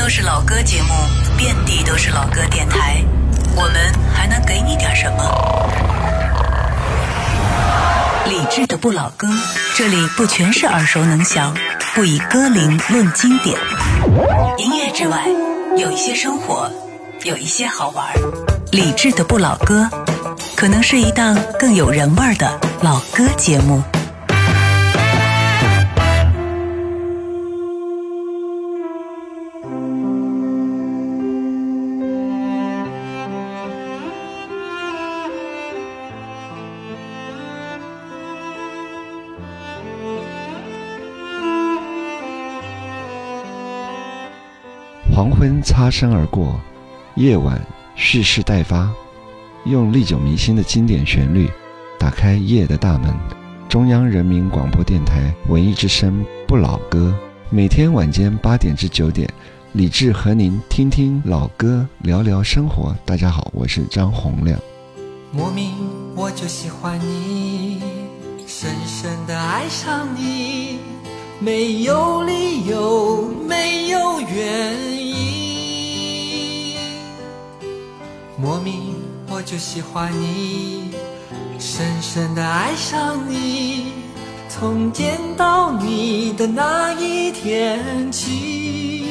都是老歌节目，遍地都是老歌电台，我们还能给你点什么？理智的不老歌，这里不全是耳熟能详，不以歌龄论经典。音乐之外，有一些生活，有一些好玩。理智的不老歌，可能是一档更有人味的老歌节目。 黄昏擦身而过，夜晚蓄势待发，用历久弥新的经典旋律打开夜的大门。中央人民广播电台文艺之声不老歌，每天晚间8点至9点，理智和您听听老歌，聊聊生活。大家好，我是张洪亮。 莫名我就喜欢你，深深地爱上你，没有理由，没有原因。莫名我就喜欢你，深深地爱上你，从见到你的那一天起。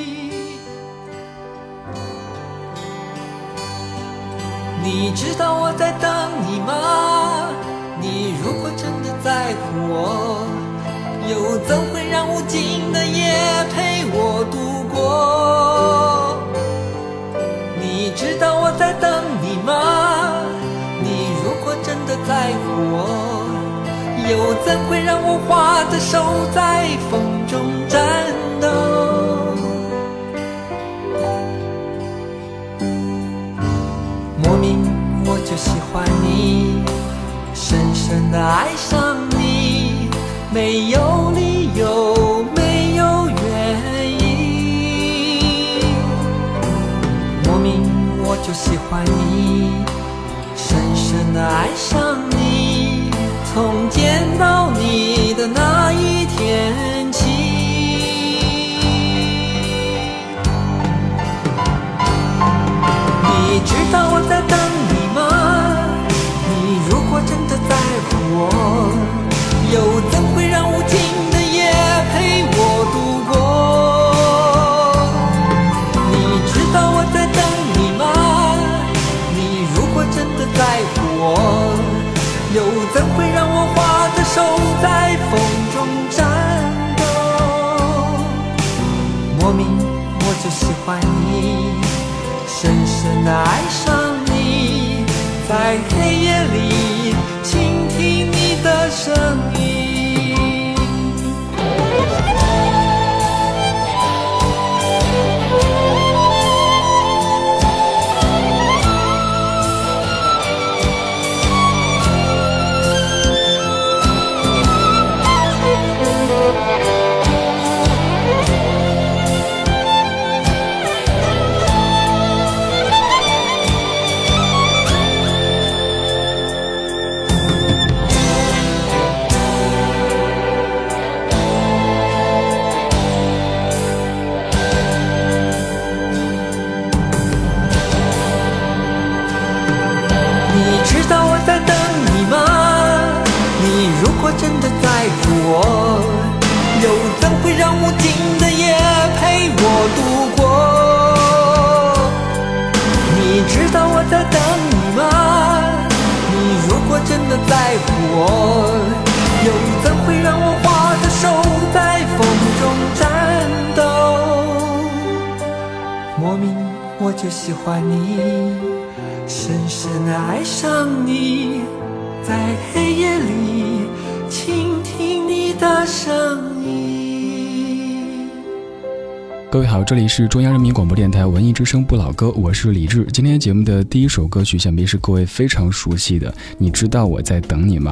你知道我在等你吗？你如果真的在乎我，又怎会让无尽的夜陪我度过？你知道我在等你吗？你如果真的在乎我，又怎会让我花着手在风中颤抖？莫名我就喜欢你，深深地爱上你，没有理由，没有原因。莫名我就喜欢你，深深地爱上你，从见到你的那一天起。你知道我在等你吗？你如果真的在乎我，又怎会让无尽的夜陪我度过？你知道我在等你吗？你如果真的在乎我，又怎会让我花着手在风中颤抖？莫名我就喜欢你，深深地爱上你，在黑夜里倾听你的声音。真的在乎我，又怎会让无尽的夜陪我度过？你知道我在等你吗？你如果真的在乎我，又怎会让我花着手在风中颤抖？莫名我就喜欢你，深深地爱上你，在黑夜里倾听你的声音。 各位好，这里是中央人民广播电台文艺之声不老歌，我是李志。今天节目的第一首歌曲想必是各位非常熟悉的，你知道我在等你吗？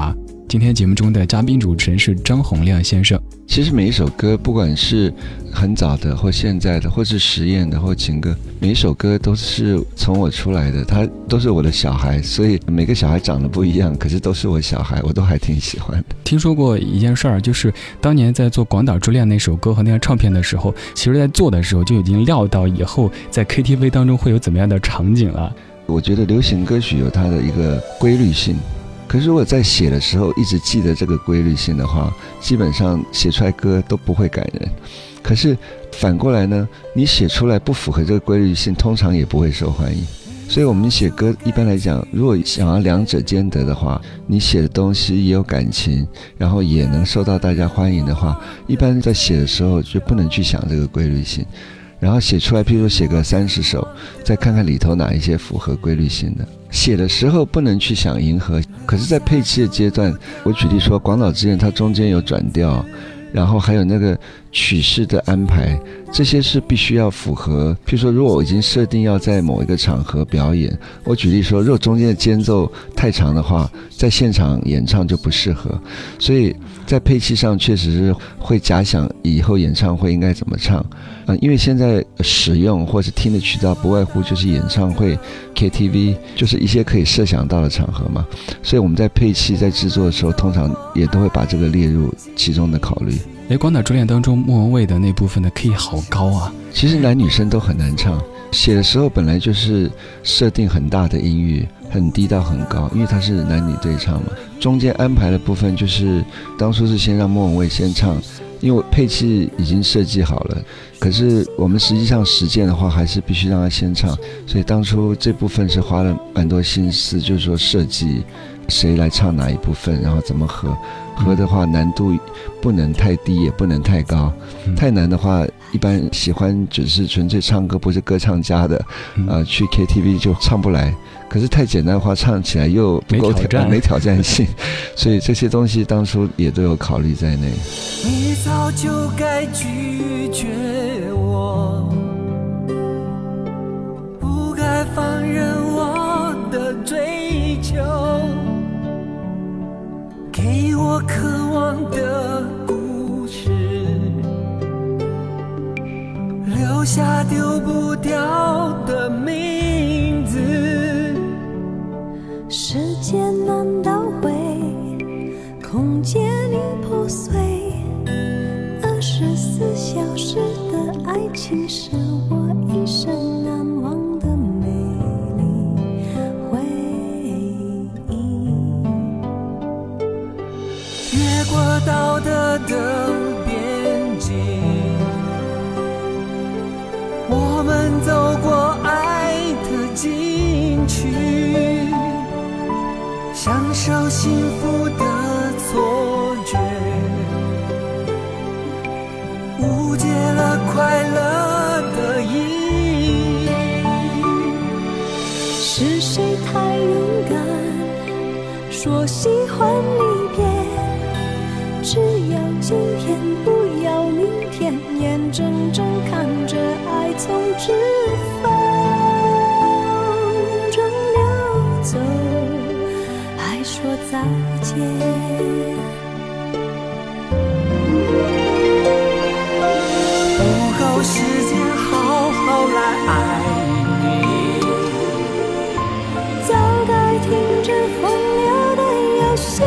今天节目中的嘉宾主持人是张洪亮先生。 其实每一首歌，不管是很早的或现在的，或是实验的或情歌，每一首歌都是从我出来的，它都是我的小孩，所以每个小孩长得不一样，可是都是我小孩，我都还挺喜欢的。 听说过一件事儿，就是当年在做《广岛之恋》那首歌和那张唱片的时候，其实在做的时候就已经料到以后在 KTV 当中会有怎么样的场景了。 我觉得流行歌曲有它的一个规律性，可是如果在写的时候一直记得这个规律性的话，基本上写出来歌都不会感人。可是反过来呢，你写出来不符合这个规律性，通常也不会受欢迎。所以我们写歌一般来讲，如果想要两者兼得的话，你写的东西也有感情，然后也能受到大家欢迎的话，一般在写的时候就不能去想这个规律性，然后写出来，譬如说写个30首，再看看里头哪一些符合规律性的。写的时候不能去想迎合，可是在配器的阶段，我举例说《广岛之恋》它中间有转调，然后还有那个曲式的安排，这些是必须要符合。譬如说如果我已经设定要在某一个场合表演，我举例说如果中间的间奏太长的话，在现场演唱就不适合，所以在配器上确实是会假想以后演唱会应该怎么唱。因为现在使用或是听的渠道不外乎就是演唱会、KTV， 就是一些可以设想到的场合嘛，所以我们在配器在制作的时候，通常也都会把这个列入其中的考虑。 广岛之恋当中莫文蔚的那部分的 key 好高啊， 其实男女生都很难唱，写的时候本来就是设定很大的音域，很低到很高，因为它是男女对唱嘛。中间安排的部分就是当初是先让莫文蔚先唱，因为配器已经设计好了，可是我们实际上实践的话还是必须让他先唱，所以当初这部分是花了蛮多心思，就是说设计谁来唱哪一部分，然后怎么合的话难度不能太低也不能太高，太难的话一般喜欢只是纯粹唱歌不是歌唱家的去 KTV 就唱不来，可是太简单的话唱起来又不够没挑战性所以这些东西当初也都有考虑在内。 你早就该拒绝我，不该放任我的追求，给我渴望的故事，留下丢不掉的名字。 时间难倒回，空间已破碎，24小时的爱情是我一生难忘的美丽回忆。 越过道德的边境，我们走过爱的禁区，享受幸福的错觉，误解了快乐的意义。 是谁太勇敢，说喜欢离别，只要今天不要明天，眼睁睁看着爱从指缝中流走，还说再见。 不够时间好好来爱你， 早该停止风流的游戏，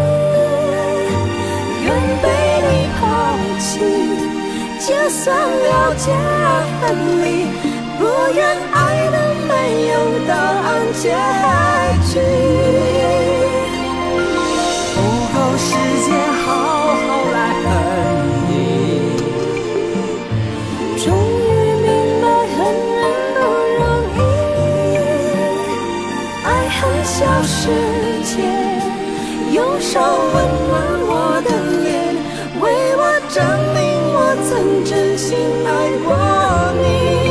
愿被你抛弃，就算了解分离，不愿爱的没有答案结局。 不够时间好好来恨你， 终于明白恨人不容易，爱恨消失前，用手温暖我的脸，为我证明我曾真心爱过你。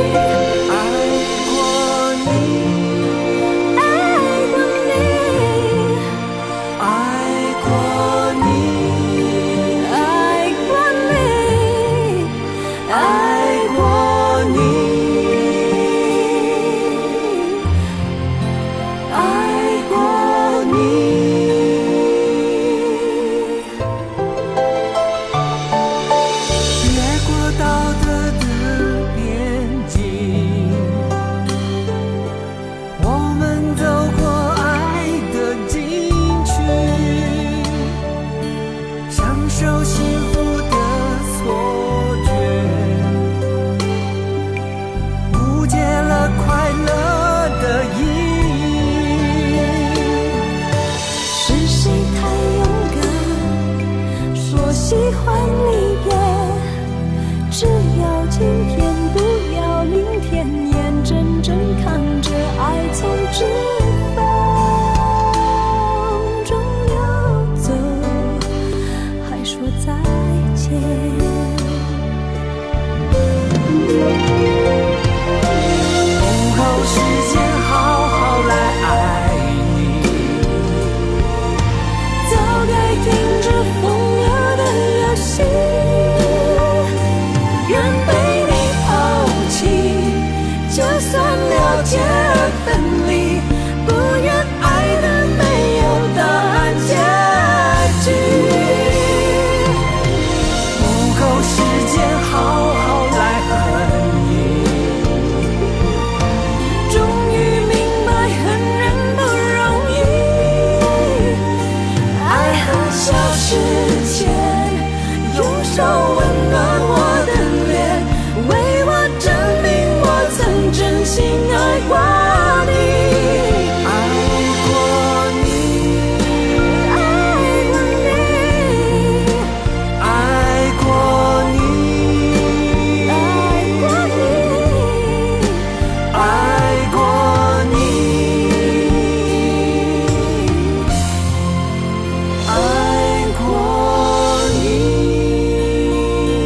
要今天，不要明天，眼睁睁看着爱从指缝中流走，还说再见。 午后时间好好来爱你， 早该停止风流的游戏，愿被你抛弃，就算了解而分离，不愿爱的没有答案结局。 午后时间好好来恨你， 终于明白恨人不容易，爱恨消失前，用手温暖我的脸，为我证明我曾真心爱过你， 爱过你， 爱过你， 爱过你， 爱过你， 爱过你， 爱过你。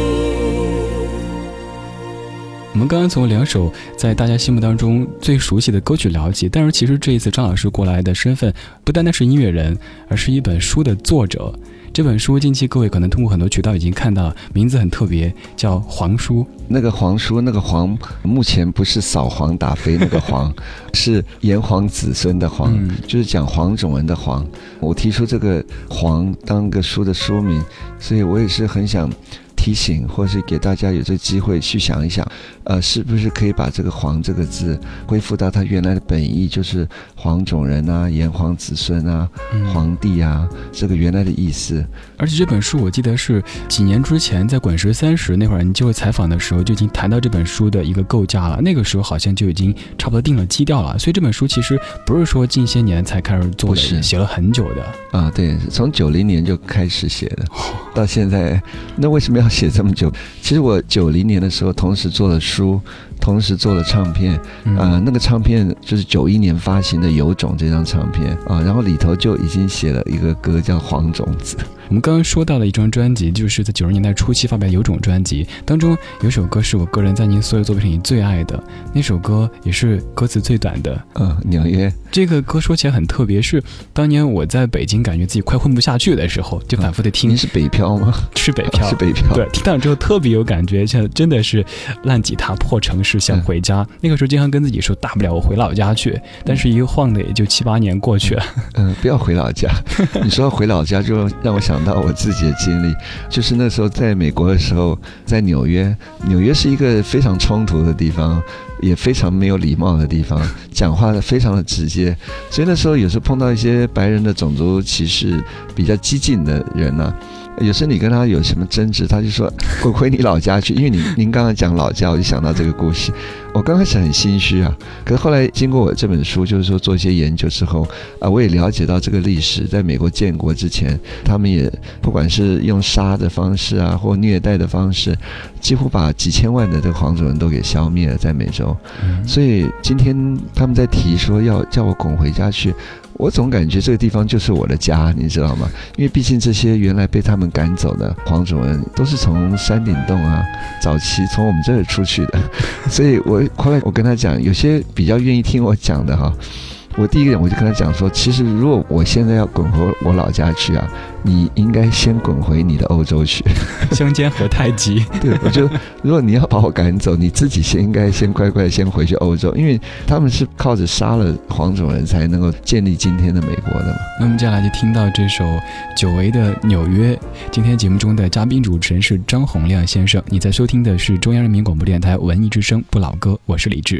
我们刚刚从两首在大家心目当中最熟悉的歌曲聊起，但是其实这一次张老师过来的身份不单单是音乐人，而是一本书的作者。这本书近期各位可能通过很多渠道已经看到，名字很特别，叫《黄书》。 那个黄书，那个黄，目前不是扫黄打非那个黄，是炎黄子孙的黄，就是讲黄种人的黄。我提出这个黄当个书的书名，所以我也是很想提醒，或是给大家有这个机会去想一想，是不是可以把这个黄这个字恢复到它原来的本意，就是黄种人啊、炎黄子孙啊、皇帝啊，这个原来的意思。 而且这本书我记得是几年之前在滚石30那会儿，你就会采访的时候就已经谈到这本书的一个构架了，那个时候好像就已经差不多定了基调了。所以这本书其实不是说近些年才开始做的，写了很久的啊。对，从90年就开始写的，到现在。那为什么要写这么久？其实我90年的时候同时做了书，同时做了唱片，那个唱片就是91年发行的《有种》这张唱片啊，然后里头就已经写了一个歌叫《黄种子》。 我们刚刚说到了一张专辑，就是在90年代初期发表的《有种》专辑当中，有首歌是我个人在您所有作品里最爱的，那首歌也是歌词最短的。 纽约。 这个歌说起来很特别，是当年我在北京感觉自己快混不下去的时候，就反复的听。 您是北漂吗？ 是北漂， 是北漂。 对，听到之后特别有感觉，像真的是烂吉他破城市想回家。那个时候经常跟自己说，大不了我回老家去，但是一晃的也就7、8年过去了。 不要回老家。你说回老家，就让我想到我自己的经历，就是那时候在美国的时候，在纽约。纽约是一个非常冲突的地方，也非常没有礼貌的地方，讲话非常的直接，所以那时候有时候碰到一些白人的种族歧视比较激进的人啊，有时候你跟他有什么争执，他就说滚回你老家去。因为您刚刚讲老家，我就想到这个故事。我刚开始很心虚啊，可是后来经过我这本书，就是说做一些研究之后我也了解到这个历史，在美国建国之前，他们也不管是用杀的方式啊，或虐待的方式，几乎把几千万的这个黄种人都给消灭了在美洲。所以今天他们在提说要叫我滚回家去，我总感觉这个地方就是我的家，你知道吗？因为毕竟这些原来被他们赶走的黄种人都是从山顶洞啊，早期从我们这儿出去的。所以后来我跟他讲，有些比较愿意听我讲的哈，我第一个人我就跟他讲说，其实如果我现在要滚回我老家去啊，你应该先滚回你的欧洲去。 相煎何太急。 对，我就如果你要把我赶走，你自己应该先乖乖先回去欧洲，因为他们是靠着杀了黄种人才能够建立今天的美国的嘛。 那我们接下来就听到这首久违的《纽约》。今天节目中的嘉宾主持人是张洪亮先生，你在收听的是中央人民广播电台文艺之声不老歌，我是李志。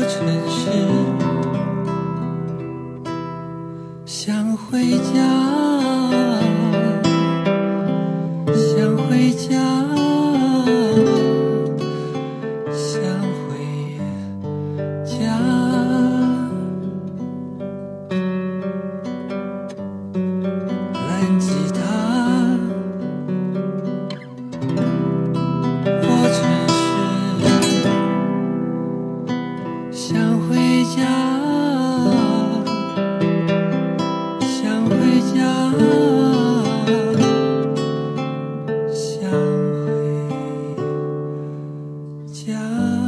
城市，想回家，想回家，想回家。蓝吉他，我城市，想回家，想回家，想回家。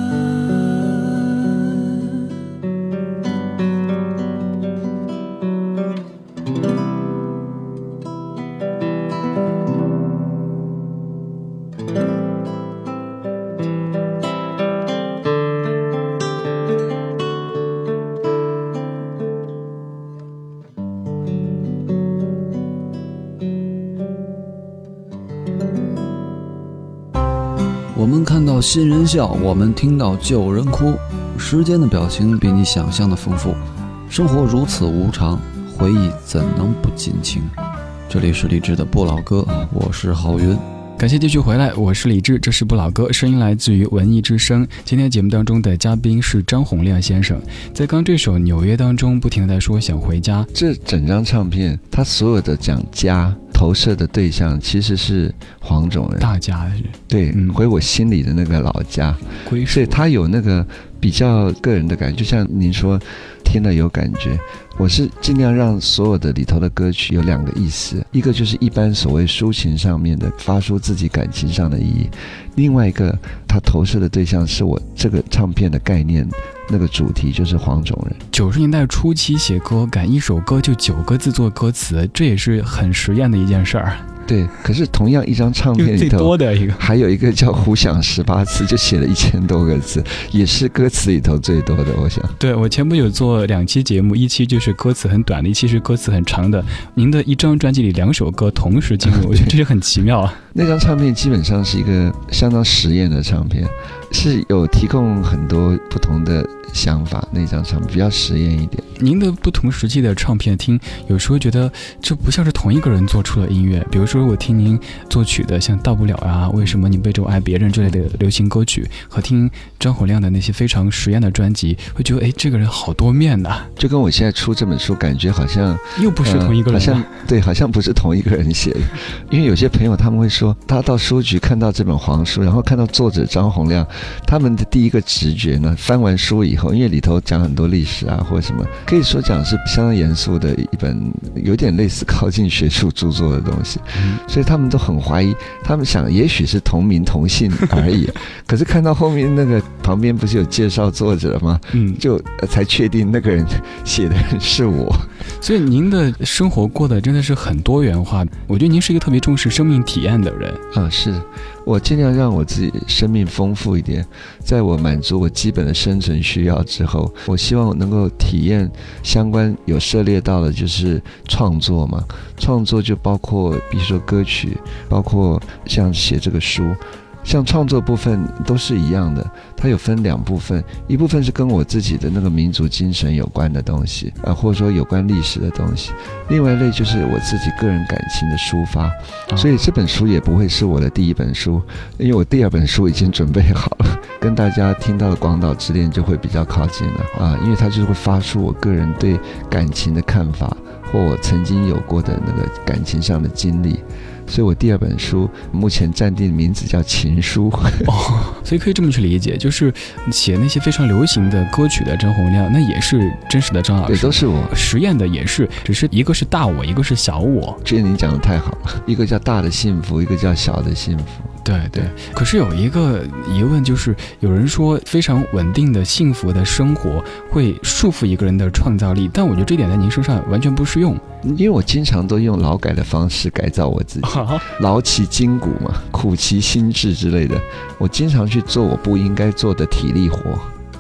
我们看到新人笑，我们听到旧人哭。时间的表情比你想象的丰富，生活如此无常，回忆怎能不尽情？这里是励志的不老歌，我是郝云。 感谢继续回来，我是李志，这是不老歌，声音来自于文艺之声。今天节目当中的嘉宾是张洪亮先生，在刚这首《纽约》当中不停地在说想回家。 这整张唱片他所有的讲家投射的对象其实是黄种人， 大家对，回我心里的那个老家归属， 所以他有那个比较个人的感觉，就像您说听了有感觉。我是尽量让所有的里头的歌曲有两个意思，一个就是一般所谓抒情上面的发出自己感情上的意义，另外一个它投射的对象是我这个唱片的概念，那个主题就是黄种人。 90年代初期写歌，赶一首歌就9个字做歌词，这也是很实验的一件事儿。 对，可是同样一张唱片里头最多的一个还有一个叫胡想18次，就写了1000多个字，也是歌词里头最多的。我想， 对，我前不久做2期节目，一期就是歌词很短的，一期是歌词很长的。您的一张专辑里2首歌同时进入，我觉得这是很奇妙啊。 那张唱片基本上是一个相当实验的唱片，是有提供很多不同的想法，那张唱片比较实验一点。 您的不同时期的唱片听，有时候觉得这不像是同一个人做出了音乐。比如说我听您作曲的像《到不了》啊，为什么你背着我爱别人之类的流行歌曲，和听张洪亮的那些非常实验的专辑，会觉得这个人好多面呐。 就跟我现在出这本书感觉好像又不是同一个人， 好像对，好像不是同一个人写的。因为有些朋友他们会说，他到书局看到这本黄书，然后看到作者张洪亮，他们的第一个直觉呢，翻完书以后，因为里头讲很多历史啊或者什么，可以说讲是相当严肃的一本有点类似靠近学术著作的东西，所以他们都很怀疑，他们想也许是同名同姓而已。可是看到后面那个旁边不是有介绍作者吗？就才确定那个人写的人是我。 所以您的生活过得真的是很多元化，我觉得您是一个特别重视生命体验的人。 是我尽量让我自己生命丰富一点，在我满足我基本的生存需要之后，我希望我能够体验相关有涉猎到的就是创作嘛，创作就包括比如说歌曲，包括像写这个书，像创作部分都是一样的，它有分2部分，一部分是跟我自己的那个民族精神有关的东西或者说有关历史的东西，另外一类就是我自己个人感情的抒发。所以这本书也不会是我的第一本书，因为我第2本书已经准备好了，跟大家听到的《广岛之恋》就会比较靠近了因为它就是会发出我个人对感情的看法，或我曾经有过的那个感情上的经历。所以我第2本书目前暂定名字叫《情书》 所以可以这么去理解，就是写那些非常流行的歌曲的张洪亮，那也是真实的张老师， 对，都是我。 实验的也是，只是一个是大我，一个是小我。 觉得你讲的太好了，一个叫大的幸福，一个叫小的幸福。 对对，可是有一个疑问，就是有人说非常稳定的幸福的生活会束缚一个人的创造力，但我觉得这点在您身上完全不适用。 因为我经常都用劳改的方式改造我自己，劳其筋骨嘛，苦其心志之类的，我经常去做我不应该做的体力活。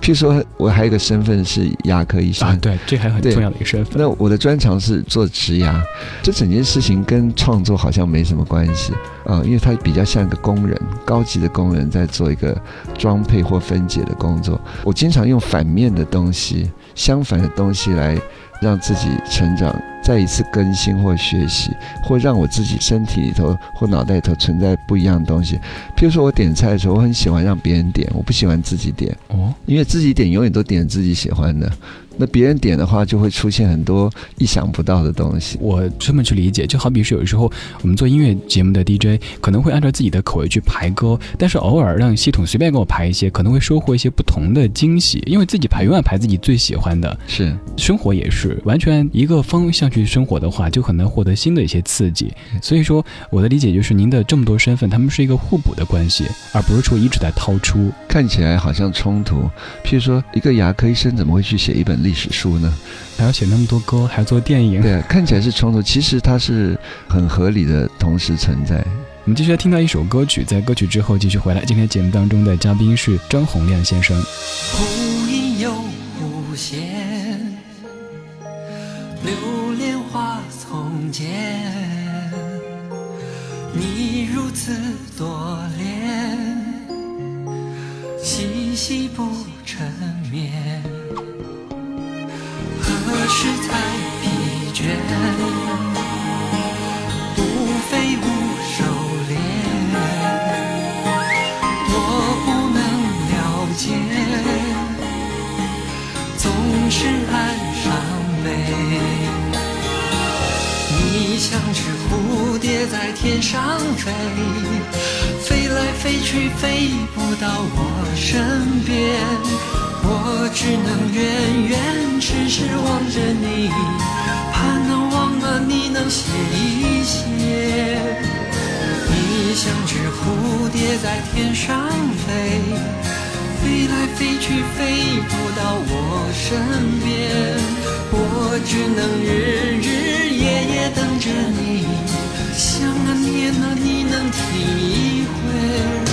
譬如说我还有一个身份是牙科医生啊，对，这还很重要的一个身份。 那我的专长是做植牙，这整件事情跟创作好像没什么关系因为它比较像一个工人，高级的工人在做一个装配或分解的工作。我经常用反面的东西、相反的东西来让自己成长，再一次更新或学习，或让我自己身体里头或脑袋里头存在不一样的东西。譬如说我点菜的时候，我很喜欢让别人点，我不喜欢自己点因为自己点永远都点自己喜欢的，那别人点的话就会出现很多意想不到的东西。 我这么去理解，就好比是有时候我们做音乐节目的 DJ 可能会按照自己的口味去排歌，但是偶尔让系统随便给我排一些，可能会收获一些不同的惊喜，因为自己排永远排自己最喜欢的。 是， 生活也是完全一个方向去生活的话，就很难获得新的一些刺激。所以说我的理解就是您的这么多身份，他们是一个互补的关系，而不是说一直在掏出， 看起来好像冲突。譬如说一个牙科医生怎么会去写一本历史书呢？ 还要写那么多歌，还要做电影。 对，看起来是冲突，其实它是很合理的同时存在。 我们继续来听到一首歌曲，在歌曲之后继续回来。今天节目当中的嘉宾是张洪亮先生。 忽隐又无限，流连花丛间，你如此多恋，细细不成眠，何时才疲倦？无非无收敛，我不能了解，总是岸上美。你像只蝴蝶在天上飞，飞来飞去飞不到我身边，我只能远远痴痴望着你，盼能望啊你能歇一歇。你像只蝴蝶在天上飞，飞来飞去飞不到我身边，我只能日日夜夜等着你，想啊念啊你能体会。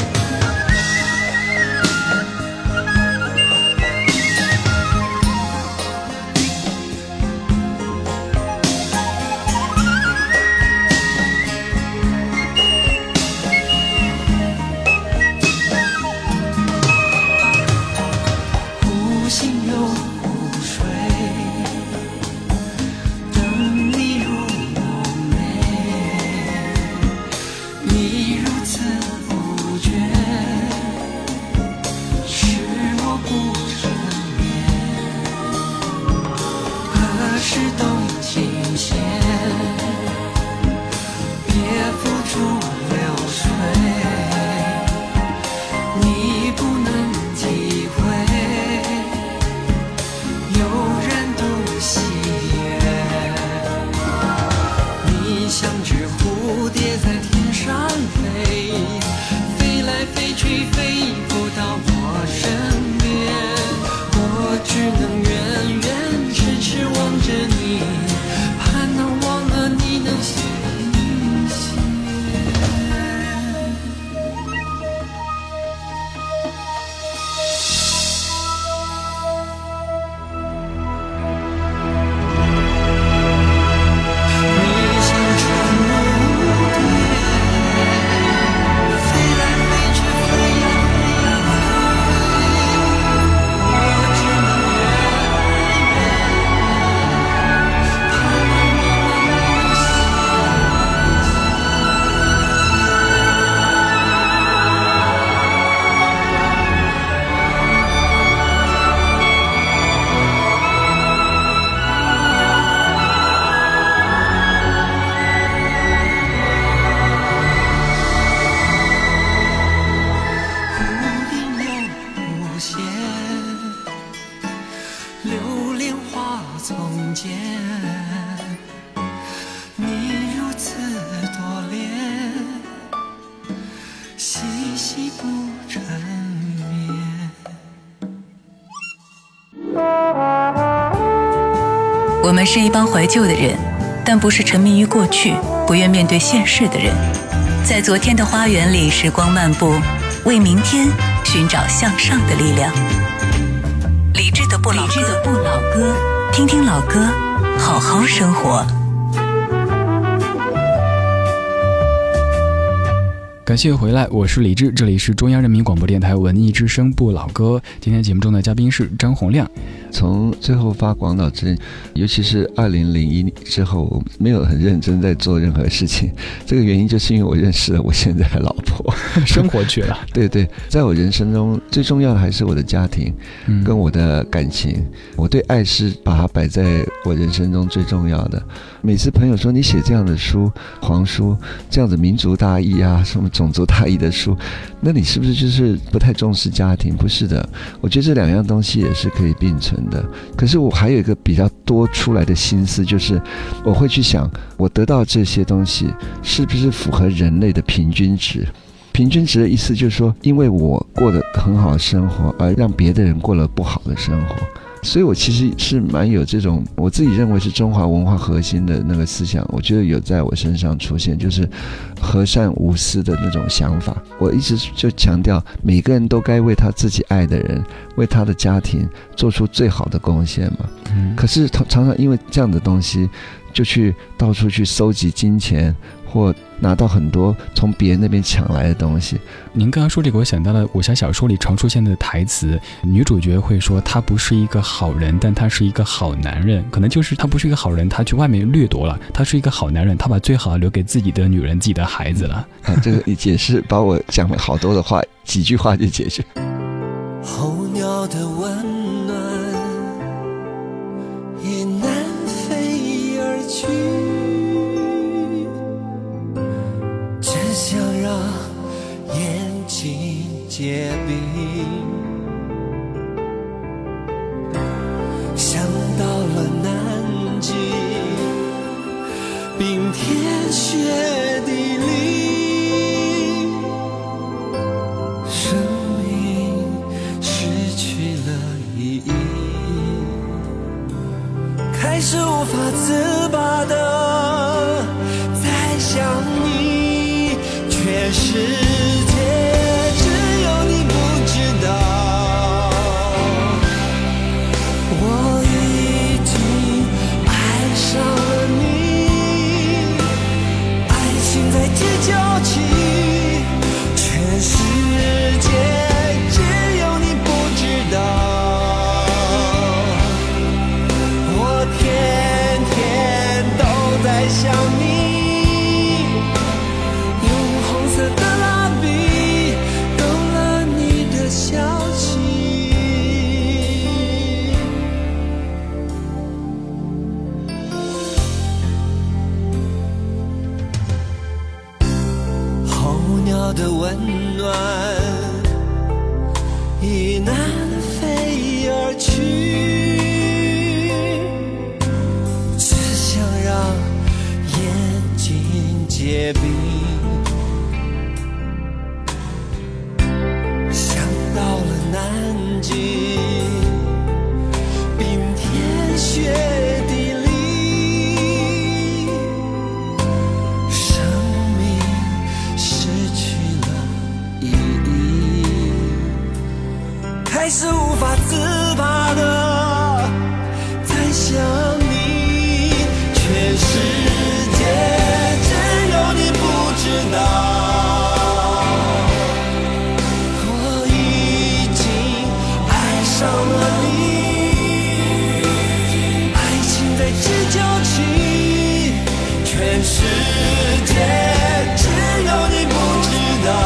我们是一帮怀旧的人，但不是沉迷于过去、不愿面对现实的人。在昨天的花园里，时光漫步，为明天寻找向上的力量。 理智的不老歌，听听老歌，好好生活。 感谢回来，我是李志，这里是中央人民广播电台文艺之声不老歌。今天节目中的嘉宾是张洪亮。 从最后发广岛之，尤其是2001之后，我没有很认真在做任何事情。这个原因就是因为我认识了我现在的老婆， 生活去了。 对对，在我人生中最重要的还是我的家庭，跟我的感情。我对爱是把它摆在我人生中最重要的。每次朋友说你写这样的书，黄书，这样子民族大义啊，什么种族大义的书，那你是不是就是不太重视家庭？不是的，我觉得这两样东西也是可以并存的。可是我还有一个比较多出来的心思，就是我会去想，我得到这些东西是不是符合人类的平均值？平均值的意思就是说，因为我过得很好的生活，而让别的人过了不好的生活。所以我其实是蛮有这种我自己认为是中华文化核心的那个思想，我觉得有在我身上出现，就是和善无私的那种想法。我一直就强调，每个人都该为他自己爱的人，为他的家庭做出最好的贡献嘛。可是常常因为这样的东西，就去到处去收集金钱，或拿到很多从别人那边抢来的东西。 您刚刚说这个，我想到了武侠小说里常出现的台词，女主角会说他不是一个好人，但他是一个好男人。可能就是他不是一个好人，他去外面掠夺了，他是一个好男人，他把最好的留给自己的女人，自己的孩子了。 这个一解释把我讲了好多的话，几句话就解决。 候鸟的温暖已南飞而去，只想让眼睛结冰。想到了南极，冰天雪地里，生命失去了意义，开始无法自拔的在想你，全世界只有你不知道，我已经爱上了你，爱情在直角起，全世界只有你不知道，我天天都在想你，用红色的蜡笔勾勒你的笑气。候鸟的温暖已南飞而去，只想让眼睛结冰。想到了南极，冰天雪地里，生命失去了意义，开始无法自拔的在想你，全世界只有你不知道，我已经爱上了你，爱情在直角起，全世界只有你不知道，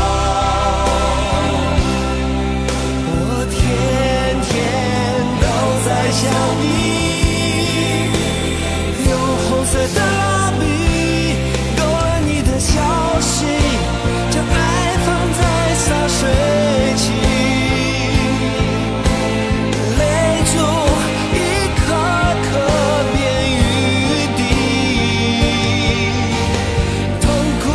我天天都在想你，用红色的蜡笔勾勒你的消息，将爱放在洒水器，泪珠一颗颗变雨滴，痛苦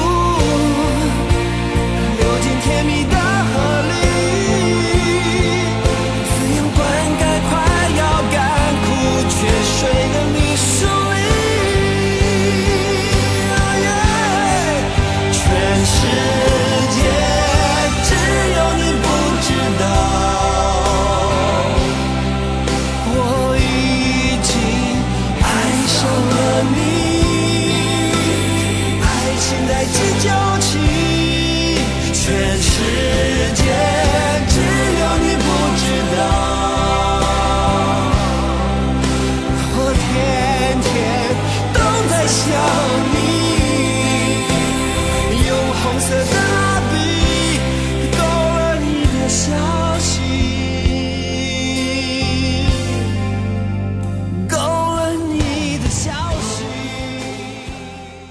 流进甜蜜的河里，滋养灌溉快要干枯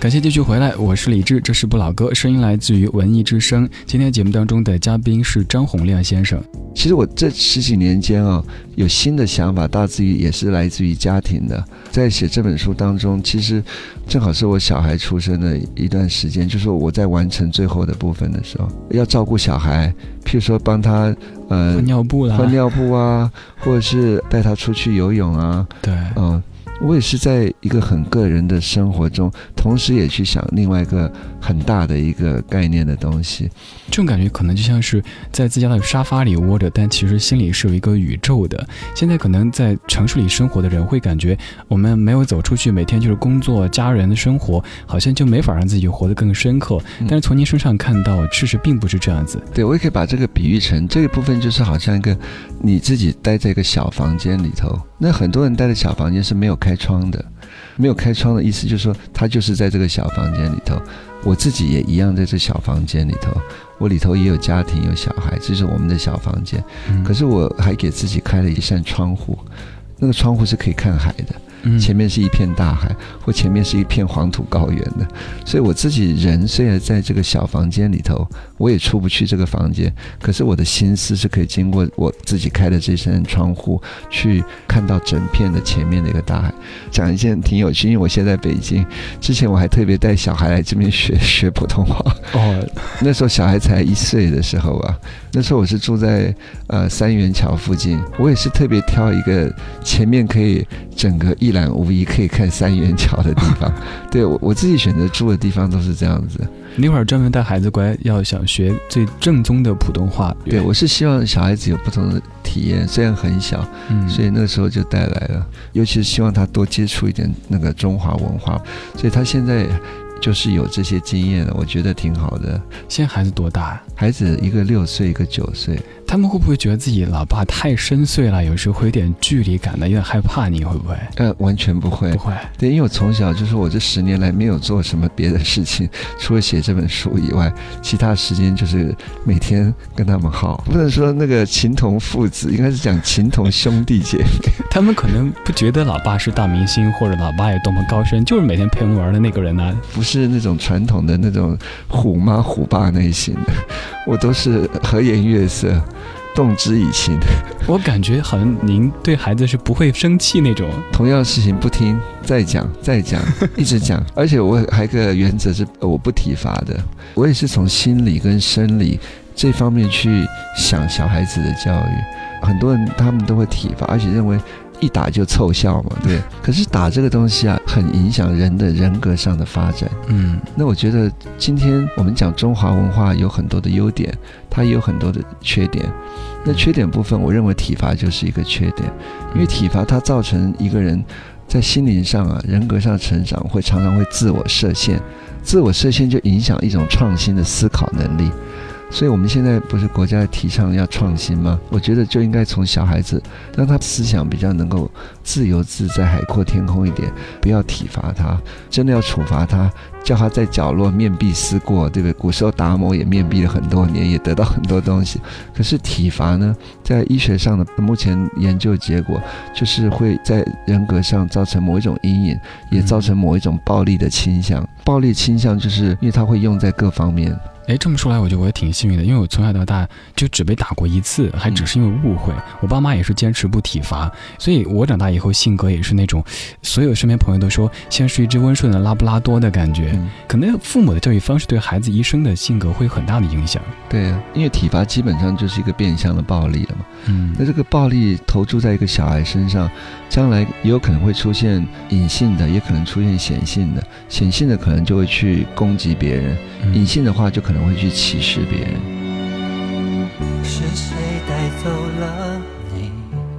感谢继续回来，我是李志，这是不老歌，声音来自于文艺之声。今天节目当中的嘉宾是张洪亮先生。 其实我这10几年间有新的想法，大致也是来自于家庭的。在写这本书当中，其实正好是我小孩出生的一段时间，就是我在完成最后的部分的时候，要照顾小孩，譬如说帮他换尿布啦， 换尿布啊，或者是带他出去游泳啊， 对， 我也是在一个很个人的生活中，同时也去想另外一个很大的一个概念的东西。 这种感觉可能就像是在自家的沙发里窝着，但其实心里是有一个宇宙的。现在可能在城市里生活的人会感觉，我们没有走出去，每天就是工作、家人的生活，好像就没法让自己活得更深刻。但是从您身上看到，事实并不是这样子。 对，我也可以把这个比喻成这个部分，就是好像一个你自己待在一个小房间里头。那很多人待的小房间是没有开窗的，没有开窗的意思就是说，他就是在这个小房间里头。我自己也一样在这小房间里头，我里头也有家庭有小孩，这是我们的小房间。可是我还给自己开了一扇窗户，那个窗户是可以看海的，前面是一片大海，或前面是一片黄土高原的。所以我自己人虽然在这个小房间里头，我也出不去这个房间，可是我的心思是可以经过我自己开的这扇窗户去看到整片的前面的一个大海。讲一件挺有趣，因为我现在北京，之前我还特别带小孩来这边学普通话。那时候小孩才1岁的时候啊，那时候我是住在三元桥附近，我也是特别挑一个前面可以整个一览无遗可以看三元桥的地方。对，我自己选择住的地方都是这样子。 那会儿专门带孩子过来，要想学最正宗的普通话。 对，我是希望小孩子有不同的体验，虽然很小，所以那个时候就带来了，尤其是希望他多接触一点那个中华文化，所以他现在就是有这些经验了，我觉得挺好的。 现在孩子多大？ 孩子一个6岁，一个9岁。 他们会不会觉得自己老爸太深邃了，有时候会有点距离感的，有点害怕你？会不会？ 完全不会。 不会。 对，因为我从小就是我这10年来没有做什么别的事情，除了写这本书以外，其他时间就是每天跟他们耗。不能说那个情同父子，应该是讲情同兄弟姐妹。 他们可能不觉得老爸是大明星，或者老爸有多么高深，就是每天陪我们玩的那个人啊。 不是那种传统的那种虎妈虎爸类型的，我都是和颜悦色，动之以情。 我感觉好像您对孩子是不会生气那种， 同样的事情不听，再讲，一直讲。而且我还有一个原则是，我不体罚的。我也是从心理跟生理这方面去想小孩子的教育。很多人他们都会体罚，而且认为一打就凑效嘛，对。可是打这个东西啊，很影响人的人格上的发展。那我觉得今天我们讲中华文化有很多的优点，它也有很多的缺点。那缺点部分，我认为体罚就是一个缺点，因为体罚它造成一个人在心灵上啊、人格上成长，常常会自我设限，自我设限就影响一种创新的思考能力。所以我们现在不是国家提倡要创新吗？我觉得就应该从小孩子让他思想比较能够自由自在、海阔天空一点，不要体罚他，真的要处罚他，叫他在角落面壁思过，对不对？古时候达摩也面壁了很多年，也得到很多东西。可是体罚呢，在医学上的目前研究结果，就是会在人格上造成某一种阴影，也造成某一种暴力的倾向。暴力倾向就是因为它会用在各方面。 这么说来，我觉得我也挺幸运的，因为我从小到大就只被打过1次，还只是因为误会。我爸妈也是坚持不体罚，所以我长大以后性格也是那种，所有身边朋友都说像是一只温顺的拉布拉多的感觉。可能父母的教育方式对孩子一生的性格会有很大的影响。 对啊，因为体罚基本上就是一个变相的暴力了嘛。那这个暴力投注在一个小孩身上，将来也有可能会出现隐性的，也可能出现显性的。显性的可能就会去攻击别人，隐性的话就可能会去歧视别人。 是谁带走了你，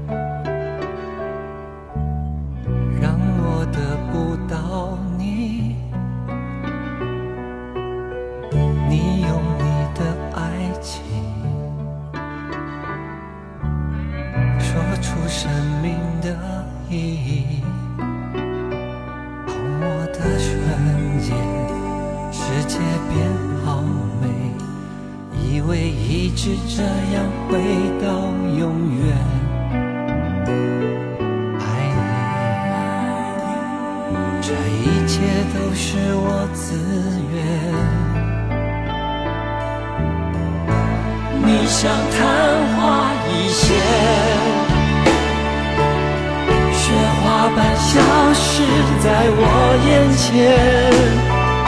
让我得不到你？你用你的爱情说出生命的意义，泡沫的瞬间，世界变好美，以为一直这样会到永远。爱你，这一切切都是我自愿。你像昙花一现，雪花般消失在我眼前。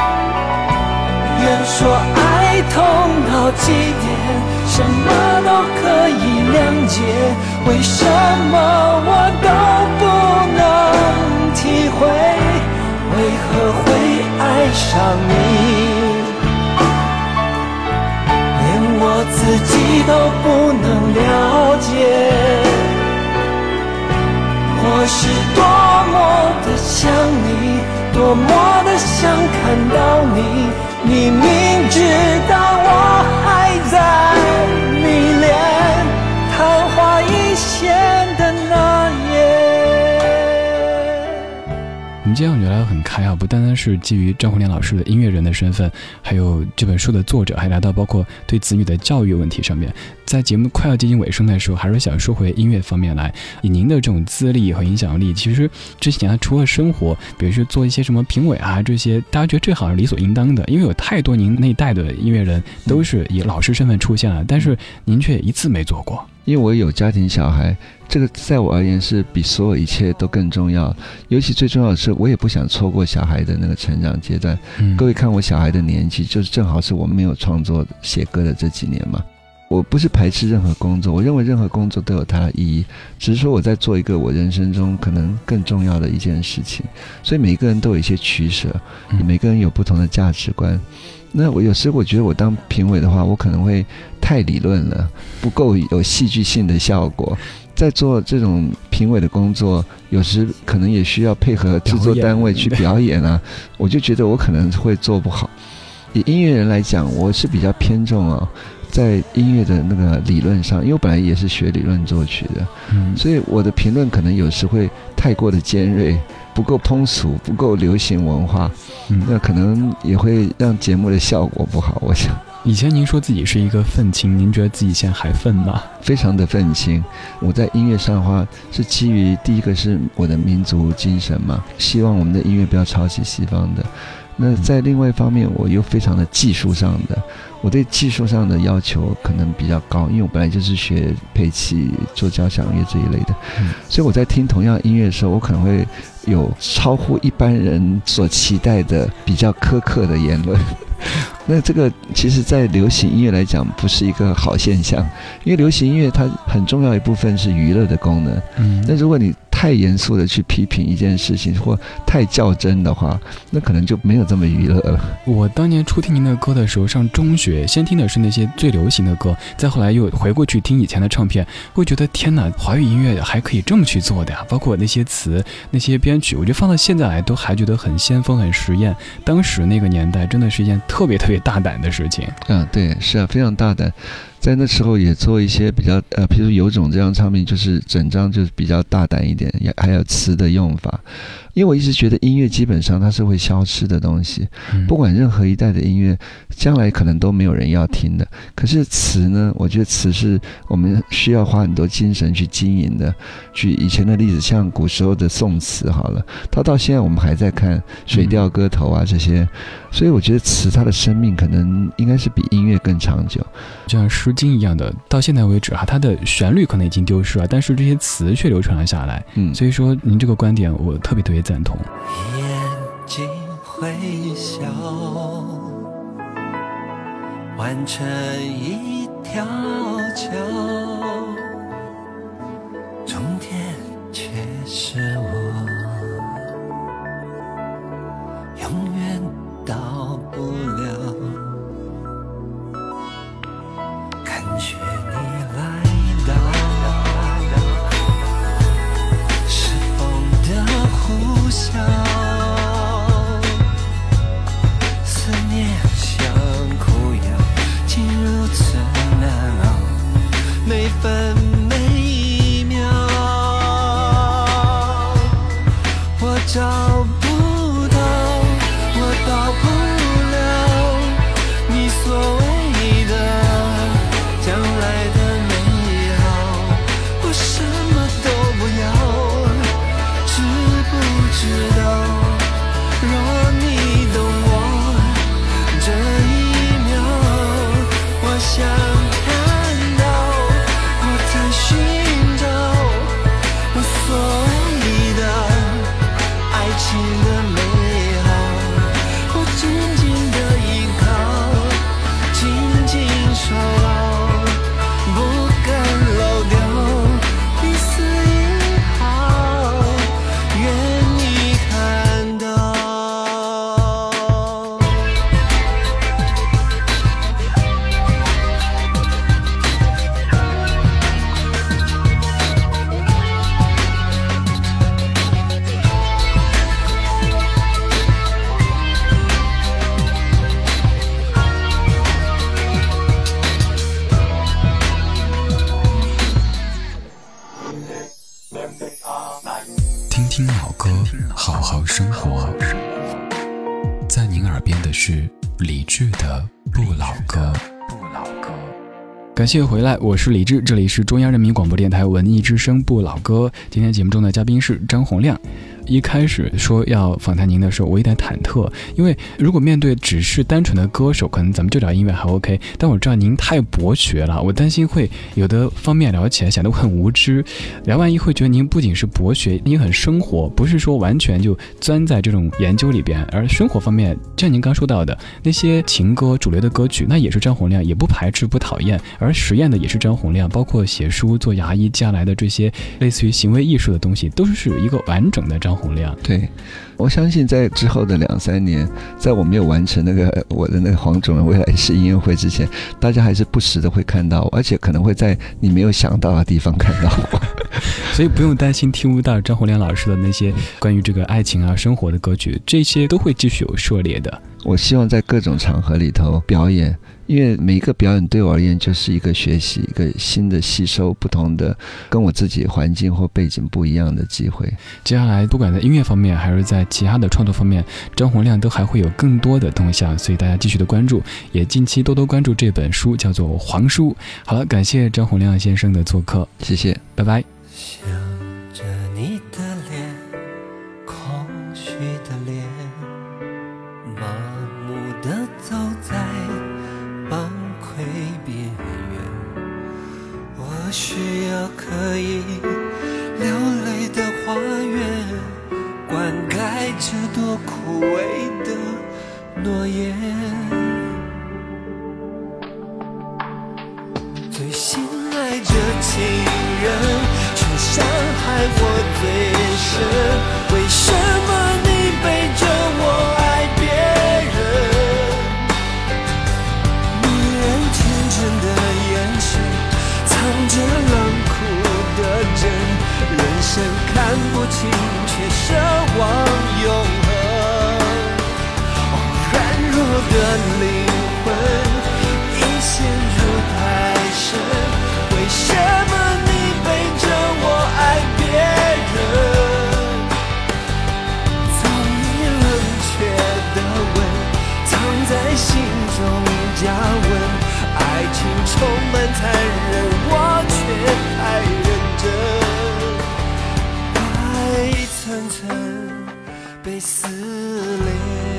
人说爱痛到极点，什么都可以谅解，为什么我都不能体会，为何会爱上你，连我自己都不能了解。我是多么的想你，多么的想看到你，你明知道我还在迷恋昙花一现的那夜。 你这样聊得很开啊，不单单是基于张洪良老师的音乐人的身份，还有这本书的作者，还聊到包括对子女的教育问题上面。在节目快要接近尾声的时候，还是想说回音乐方面来。以您的这种资历和影响力，其实之前除了生活，比如说做一些什么评委啊这些，大家觉得这好像理所应当的，因为有太多您那一代的音乐人都是以老师身份出现了，但是您却一次没做过。 因为我有家庭小孩，这个在我而言是比所有一切都更重要。尤其最重要的是，我也不想错过小孩的那个成长阶段。各位看我小孩的年纪，就是正好是我没有创作写歌的这几年嘛。我不是排斥任何工作，我认为任何工作都有它的意义，只是说我在做一个我人生中可能更重要的一件事情。所以每个人都有一些取舍，每个人有不同的价值观。那我有时我觉得我当评委的话，我可能会太理论了，不够有戏剧性的效果。在做这种评委的工作，有时可能也需要配合制作单位去表演啊，我就觉得我可能会做不好。以音乐人来讲，我是比较偏重在音乐的那个理论上，因为我本来也是学理论作曲的，所以我的评论可能有时会太过的尖锐，不够通俗，不够流行文化，那可能也会让节目的效果不好，我想。 以前您说自己是一个愤青，您觉得自己现在还愤吗？ 非常的愤青。我在音乐上的话，是基于第一个是我的民族精神嘛，希望我们的音乐不要抄袭西方的。那在另外一方面，我又非常的技术上的，我对技术上的要求可能比较高，因为我本来就是学配器、做交响乐这一类的，所以我在听同样音乐的时候，我可能会有超乎一般人所期待的比较苛刻的言论。那这个其实在流行音乐来讲不是一个好现象，因为流行音乐它很重要一部分是娱乐的功能。那如果你太严肃的去批评一件事情，或太较真的话，那可能就没有这么娱乐了。 我当年初听您的歌的时候，上中学先听的是那些最流行的歌，再后来又回过去听以前的唱片，会觉得天哪，华语音乐还可以这么去做的呀！包括那些词、那些编曲，我觉得放到现在来都还觉得很先锋、很实验。当时那个年代真的是一件特别特别大胆的事情。 对，是啊，非常大胆。在那时候也做一些比较比如有种这张唱片，就是整张就是比较大胆一点，也还有词的用法。因为我一直觉得音乐基本上它是会消失的东西，不管任何一代的音乐，将来可能都没有人要听的。可是词呢，我觉得词是我们需要花很多精神去经营的。举以前的例子，像古时候的宋词好了，它到现在我们还在看《水调歌头》啊这些，所以我觉得词它的生命可能应该是比音乐更长久。 就像《诗经》一样的，到现在为止它的旋律可能已经丢失了，但是这些词却流传了下来。所以说您这个观点我特别特别赞同。 眼睛会笑，完成一条桥，终点却是我永远到不了。感觉你来到，是风的呼啸，思念像苦药，竟如此难熬，每分每一秒。 的美好，不紧紧的依靠，紧紧守牢，不敢漏掉一丝一毫，愿你看到。 听听老歌，好好生活。在您耳边的是李志的不老歌。感谢回来，我是李志，这里是中央人民广播电台文艺之声不老歌。今天节目中的嘉宾是张洪亮。一开始说要访谈您的时候，我有点忐忑，因为如果面对只是单纯的歌手，可能咱们就聊音乐还 OK， 但我知道您太博学了，我担心会有的方面聊起来显得我很无知，聊完一会觉得您不仅是博学，您很生活，不是说完全就钻在这种研究里边，而生活方面，就像您刚说到的那些情歌主流的歌曲，那也是张洪亮，也不排斥不讨厌，而实验的也是张洪亮，包括写书做牙医接下来的这些类似于行为艺术的东西，都是一个完整的张洪亮。 对，我相信在之后的2-3年，在我没有完成我的那个黄种人未来式音乐会之前，大家还是不时的会看到我，而且可能会在你没有想到的地方看到我。 所以不用担心听不到张洪亮老师的那些关于这个爱情啊生活的歌曲，这些都会继续有涉猎的。 我希望在各种场合里头表演，因为每一个表演对我而言就是一个学习，一个新的吸收不同的跟我自己环境或背景不一样的机会。 接下来不管在音乐方面还是在其他的创作方面，张洪亮都还会有更多的动向，所以大家继续的关注，也近期多多关注这本书，叫做《黄书》。好了，感谢张洪亮先生的做客， 谢谢， 拜拜。 想着你的脸，空虚的脸，麻木地走在崩溃边缘，我需要可以流泪的花园，灌溉这朵枯萎的诺言。最心爱的情人，却伤害我最深。为什么你背着我爱别人？女人天真的眼神，藏着冷酷的真，人生看不清，却奢望永恒。哦，软弱的灵魂已陷入太深，为什么你背着我爱别人？早已冷却的吻，藏在心中加温，爱情充满残忍，我却太认真，爱一层层被撕裂。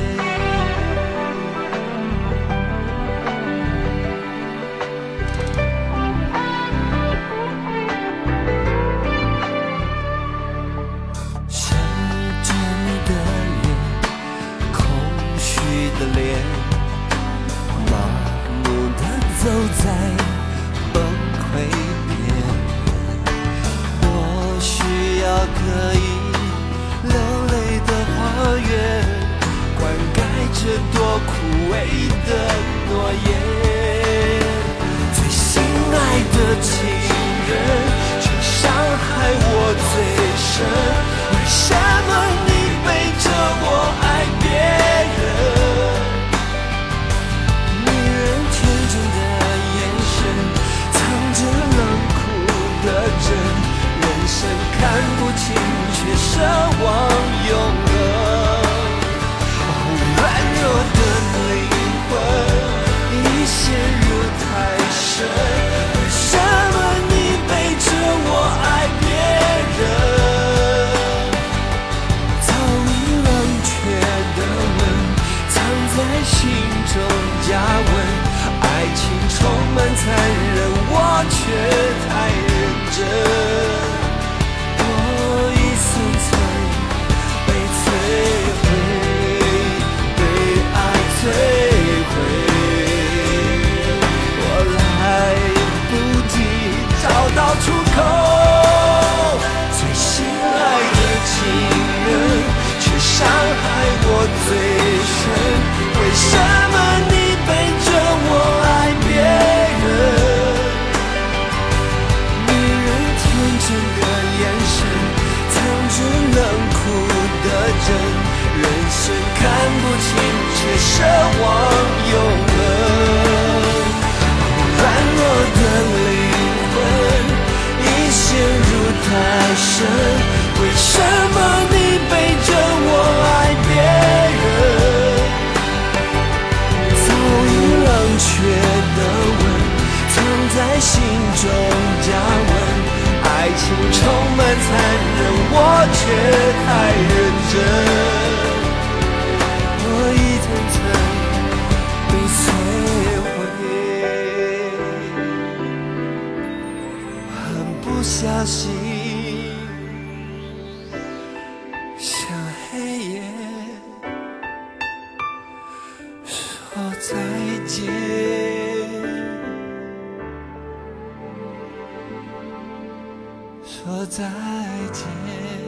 的脸，麻木地走在崩溃边缘，我需要可以流泪的花园，灌溉这朵枯萎的诺言。最心爱的情人，却伤害我最深。为什么你背着我爱别人？人生看不清，却奢望永恒。软弱的灵魂已陷入太深，为什么你背着我爱别人？早已冷却的吻，藏在心中加温，爱情充满残忍，我却太认真，我一层层被摧深，为什么你背着我爱别人？早已冷却的吻，藏在心中加温，爱情充满残忍，我却太认真。我一层层被摧毁，很不小心向黑夜说再见，说再见。